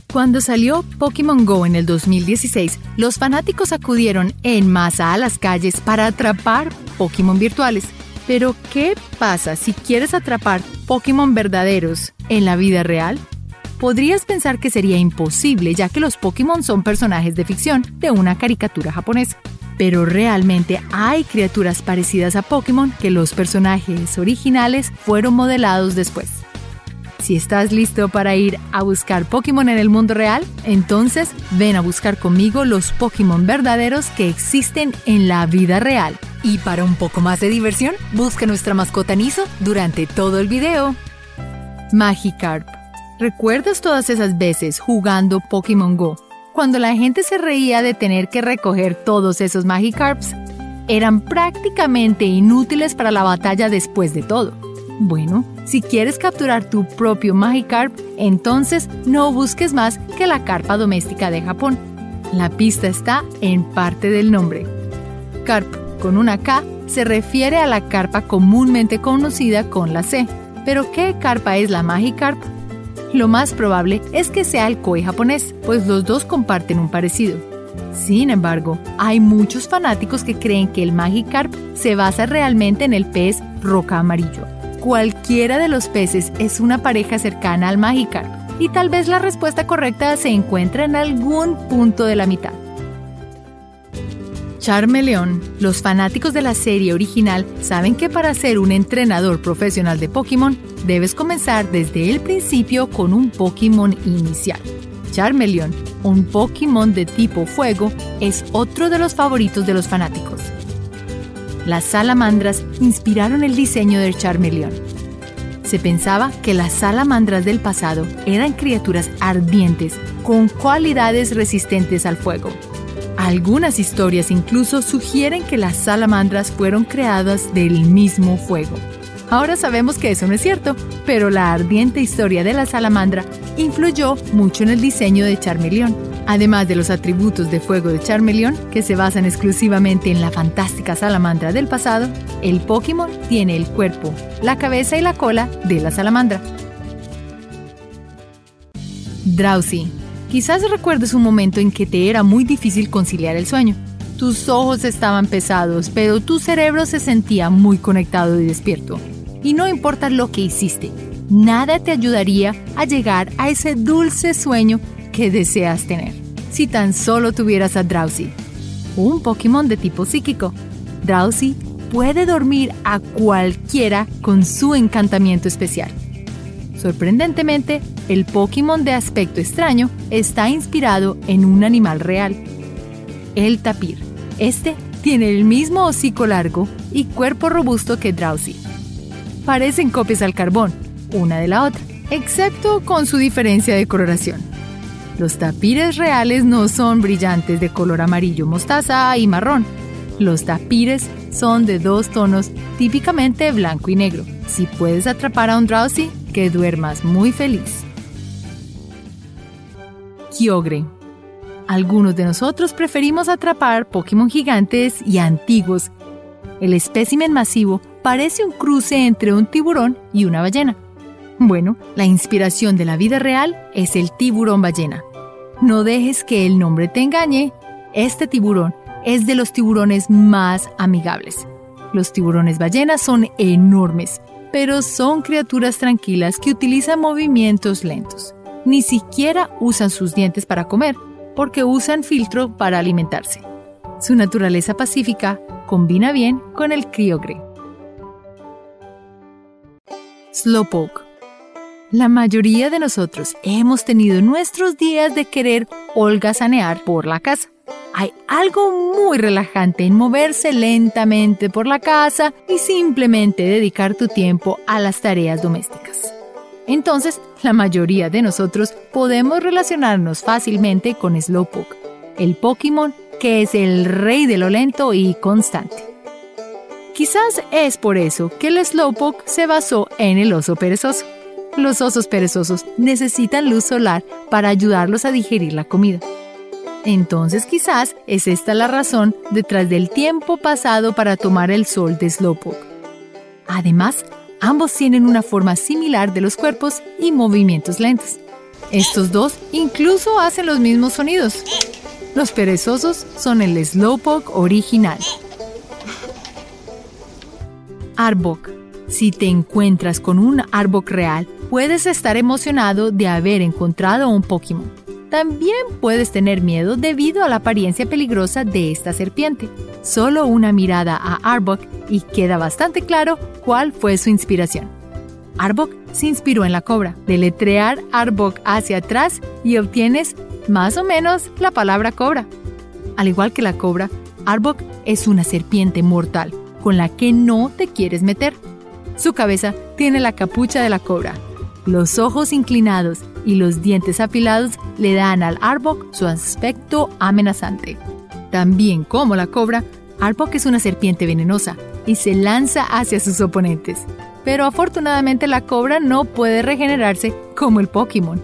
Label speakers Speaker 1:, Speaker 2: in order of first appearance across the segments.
Speaker 1: Cuando salió Pokémon Go en el 2016, los fanáticos acudieron en masa a las calles para atrapar Pokémon virtuales. Pero, ¿qué pasa si quieres atrapar Pokémon verdaderos en la vida real? Podrías pensar que sería imposible, ya que los Pokémon son personajes de ficción de una caricatura japonesa. Pero realmente hay criaturas parecidas a Pokémon que los personajes originales fueron modelados después. Si estás listo para ir a buscar Pokémon en el mundo real, entonces ven a buscar conmigo los Pokémon verdaderos que existen en la vida real. Y para un poco más de diversión, busca nuestra mascota Niso durante todo el video. Magikarp. ¿Recuerdas todas esas veces jugando Pokémon Go? Cuando la gente se reía de tener que recoger todos esos Magikarps, eran prácticamente inútiles para la batalla después de todo. Bueno, si quieres capturar tu propio Magikarp, entonces no busques más que la carpa doméstica de Japón. La pista está en parte del nombre. Carp, con una K, se refiere a la carpa comúnmente conocida con la C. ¿Pero qué carpa es la Magikarp? Lo más probable es que sea el koi japonés, pues los dos comparten un parecido. Sin embargo, hay muchos fanáticos que creen que el Magikarp se basa realmente en el pez roca amarillo. Cualquiera de los peces es una pareja cercana al Magikarp, y tal vez la respuesta correcta se encuentra en algún punto de la mitad. Charmeleon. Los fanáticos de la serie original saben que para ser un entrenador profesional de Pokémon, debes comenzar desde el principio con un Pokémon inicial. Charmeleon, un Pokémon de tipo fuego, es otro de los favoritos de los fanáticos. Las salamandras inspiraron el diseño del Charmeleon. Se pensaba que las salamandras del pasado eran criaturas ardientes con cualidades resistentes al fuego. Algunas historias incluso sugieren que las salamandras fueron creadas del mismo fuego. Ahora sabemos que eso no es cierto, pero la ardiente historia de la salamandra influyó mucho en el diseño de Charmeleon. Además de los atributos de fuego de Charmeleon, que se basan exclusivamente en la fantástica salamandra del pasado, el Pokémon tiene el cuerpo, la cabeza y la cola de la salamandra. Drowsy. Quizás recuerdes un momento en que te era muy difícil conciliar el sueño. Tus ojos estaban pesados, pero tu cerebro se sentía muy conectado y despierto. Y no importa lo que hiciste, nada te ayudaría a llegar a ese dulce sueño que deseas tener. Si tan solo tuvieras a Drowsy, un Pokémon de tipo psíquico. Drowsy puede dormir a cualquiera con su encantamiento especial. Sorprendentemente, el Pokémon de aspecto extraño está inspirado en un animal real, el tapir. Este tiene el mismo hocico largo y cuerpo robusto que Drowsy. Parecen copias al carbón, una de la otra, excepto con su diferencia de coloración. Los tapires reales no son brillantes de color amarillo, mostaza y marrón. Los tapires son de dos tonos, típicamente blanco y negro. Si puedes atrapar a un Drowsy, que duermas muy feliz. Kyogre. Algunos de nosotros preferimos atrapar Pokémon gigantes y antiguos. El espécimen masivo parece un cruce entre un tiburón y una ballena. Bueno, la inspiración de la vida real es el tiburón ballena. No dejes que el nombre te engañe. Este tiburón es de los tiburones más amigables. Los tiburones ballenas son enormes, pero son criaturas tranquilas que utilizan movimientos lentos. Ni siquiera usan sus dientes para comer, porque usan filtro para alimentarse. Su naturaleza pacífica combina bien con el Kyogre. Slowpoke. La mayoría de nosotros hemos tenido nuestros días de querer holgazanear por la casa. Hay algo muy relajante en moverse lentamente por la casa y simplemente dedicar tu tiempo a las tareas domésticas. Entonces, la mayoría de nosotros podemos relacionarnos fácilmente con Slowpoke, el Pokémon que es el rey de lo lento y constante. Quizás es por eso que el Slowpoke se basó en el oso perezoso. Los osos perezosos necesitan luz solar para ayudarlos a digerir la comida. Entonces quizás es esta la razón detrás del tiempo pasado para tomar el sol de Slowpoke. Además, ambos tienen una forma similar de los cuerpos y movimientos lentos. Estos dos incluso hacen los mismos sonidos. Los perezosos son el Slowpoke original. Arbok. Si te encuentras con un Arbok real, puedes estar emocionado de haber encontrado un Pokémon. También puedes tener miedo debido a la apariencia peligrosa de esta serpiente. Solo una mirada a Arbok y queda bastante claro cuál fue su inspiración. Arbok se inspiró en la cobra. Deletrear Arbok hacia atrás y obtienes más o menos la palabra cobra. Al igual que la cobra, Arbok es una serpiente mortal con la que no te quieres meter. Su cabeza tiene la capucha de la cobra. Los ojos inclinados y los dientes afilados le dan al Arbok su aspecto amenazante. También como la cobra, Arbok es una serpiente venenosa y se lanza hacia sus oponentes. Pero afortunadamente la cobra no puede regenerarse como el Pokémon.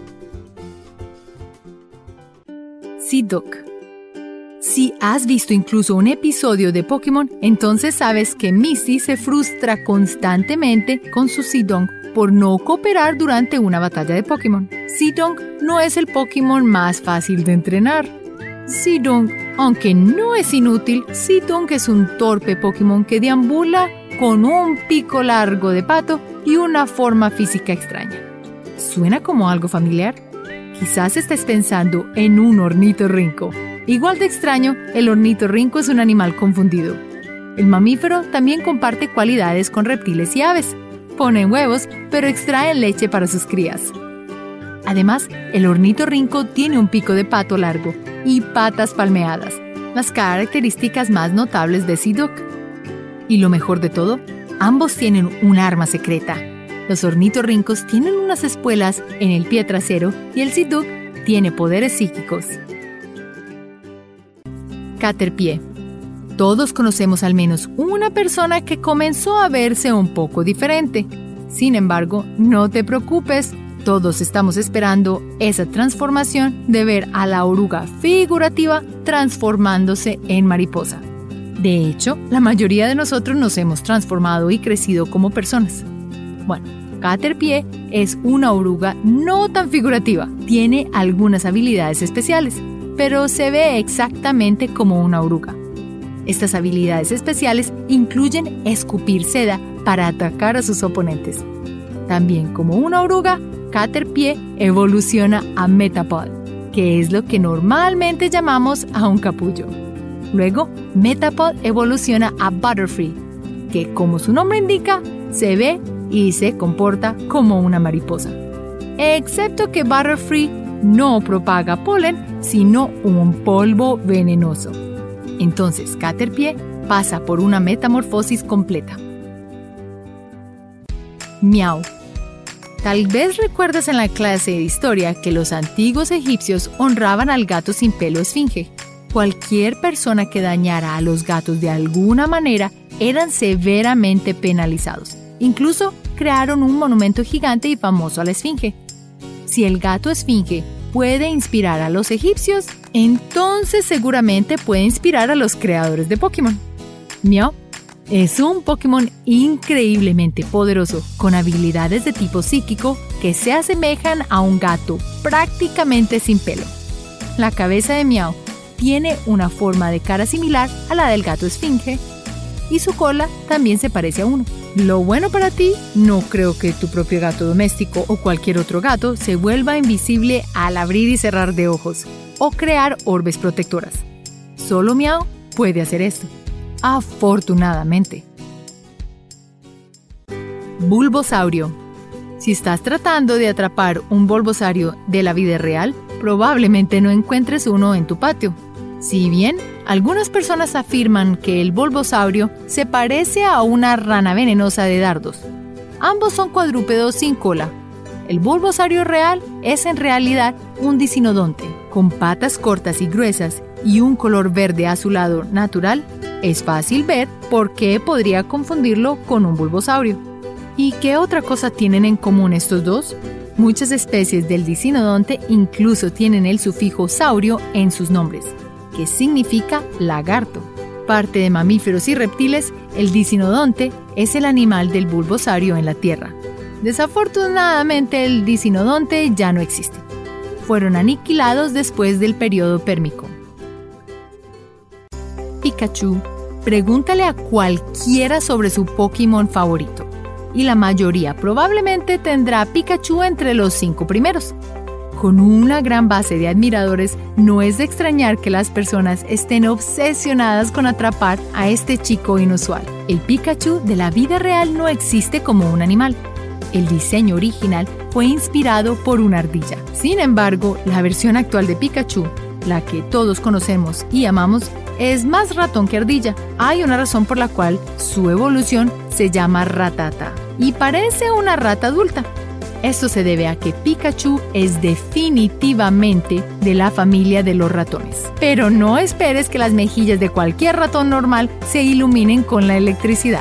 Speaker 1: Psyduck. Si has visto incluso un episodio de Pokémon, entonces sabes que Misty se frustra constantemente con su Psyduck por no cooperar durante una batalla de Pokémon. Psyduck no es el Pokémon más fácil de entrenar. Psyduck, aunque no es inútil, Psyduck es un torpe Pokémon que deambula con un pico largo de pato y una forma física extraña. ¿Suena como algo familiar? Quizás estés pensando en un ornitorrinco. Igual de extraño, el ornitorrinco es un animal confundido. El mamífero también comparte cualidades con reptiles y aves. Ponen huevos, pero extraen leche para sus crías. Además, el ornitorrinco tiene un pico de pato largo y patas palmeadas, las características más notables de Psyduck. Y lo mejor de todo, ambos tienen un arma secreta. Los ornitorrincos tienen unas espuelas en el pie trasero y el Psyduck tiene poderes psíquicos. Caterpie. Todos conocemos al menos una persona que comenzó a verse un poco diferente. Sin embargo, no te preocupes, todos estamos esperando esa transformación de ver a la oruga figurativa transformándose en mariposa. De hecho, la mayoría de nosotros nos hemos transformado y crecido como personas. Bueno, Caterpie es una oruga no tan figurativa. Tiene algunas habilidades especiales, pero se ve exactamente como una oruga. Estas habilidades especiales incluyen escupir seda para atacar a sus oponentes. También como una oruga, Caterpie evoluciona a Metapod, que es lo que normalmente llamamos a un capullo. Luego, Metapod evoluciona a Butterfree, que como su nombre indica, se ve y se comporta como una mariposa. Excepto que Butterfree no propaga polen, sino un polvo venenoso. Entonces, Caterpie pasa por una metamorfosis completa. Miau. Tal vez recuerdas en la clase de historia que los antiguos egipcios honraban al gato sin pelo esfinge. Cualquier persona que dañara a los gatos de alguna manera eran severamente penalizados. Incluso crearon un monumento gigante y famoso a la esfinge. Si el gato esfinge puede inspirar a los egipcios, entonces seguramente puede inspirar a los creadores de Pokémon. Miau es un Pokémon increíblemente poderoso, con habilidades de tipo psíquico que se asemejan a un gato prácticamente sin pelo. La cabeza de Miau tiene una forma de cara similar a la del gato esfinge y su cola también se parece a uno. Lo bueno para ti, no creo que tu propio gato doméstico o cualquier otro gato se vuelva invisible al abrir y cerrar de ojos o crear orbes protectoras. Solo Miau puede hacer esto. Afortunadamente. Bulbosaurio. Si estás tratando de atrapar un bulbosario de la vida real, probablemente no encuentres uno en tu patio. Si bien algunas personas afirman que el bulbosaurio se parece a una rana venenosa de dardos, ambos son cuadrúpedos sin cola. El bulbosaurio real es en realidad un dicinodonte, con patas cortas y gruesas y un color verde azulado natural. Es fácil ver por qué podría confundirlo con un bulbosaurio. ¿Y qué otra cosa tienen en común estos dos? Muchas especies del dicinodonte incluso tienen el sufijo saurio en sus nombres, que significa lagarto. Parte de mamíferos y reptiles, el dicinodonte es el animal del bulbosaurio en la Tierra. Desafortunadamente, el dicinodonte ya no existe. fueron aniquilados después del periodo pérmico. Pikachu, pregúntale a cualquiera sobre su Pokémon favorito, y la mayoría probablemente tendrá Pikachu entre los 5 primeros. Con una gran base de admiradores, no es de extrañar que las personas estén obsesionadas con atrapar a este chico inusual. El Pikachu de la vida real no existe como un animal. El diseño original fue inspirado por una ardilla. Sin embargo, la versión actual de Pikachu, la que todos conocemos y amamos, es más ratón que ardilla. Hay una razón por la cual su evolución se llama Rattata y parece una rata adulta. Esto se debe a que Pikachu es definitivamente de la familia de los ratones. Pero no esperes que las mejillas de cualquier ratón normal se iluminen con la electricidad.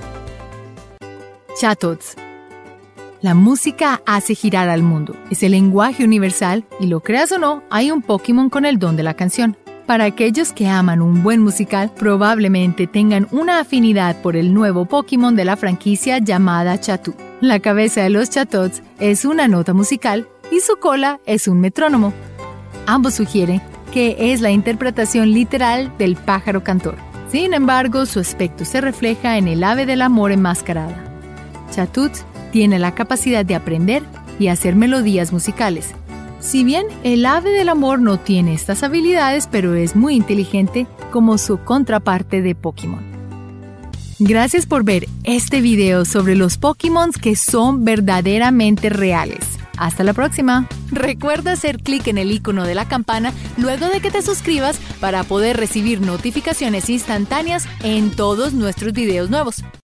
Speaker 1: Chatouts. La música hace girar al mundo. Es el lenguaje universal y, lo creas o no, hay un Pokémon con el don de la canción. Para aquellos que aman un buen musical, probablemente tengan una afinidad por el nuevo Pokémon de la franquicia llamada Chatot. La cabeza de los Chatots es una nota musical y su cola es un metrónomo. Ambos sugieren que es la interpretación literal del pájaro cantor. Sin embargo, su aspecto se refleja en el ave del amor enmascarada. Chatot tiene la capacidad de aprender y hacer melodías musicales. Si bien el ave del amor no tiene estas habilidades, pero es muy inteligente como su contraparte de Pokémon. Gracias por ver este video sobre los Pokémon que son verdaderamente reales. Hasta la próxima. Recuerda hacer clic en el icono de la campana luego de que te suscribas para poder recibir notificaciones instantáneas en todos nuestros videos nuevos.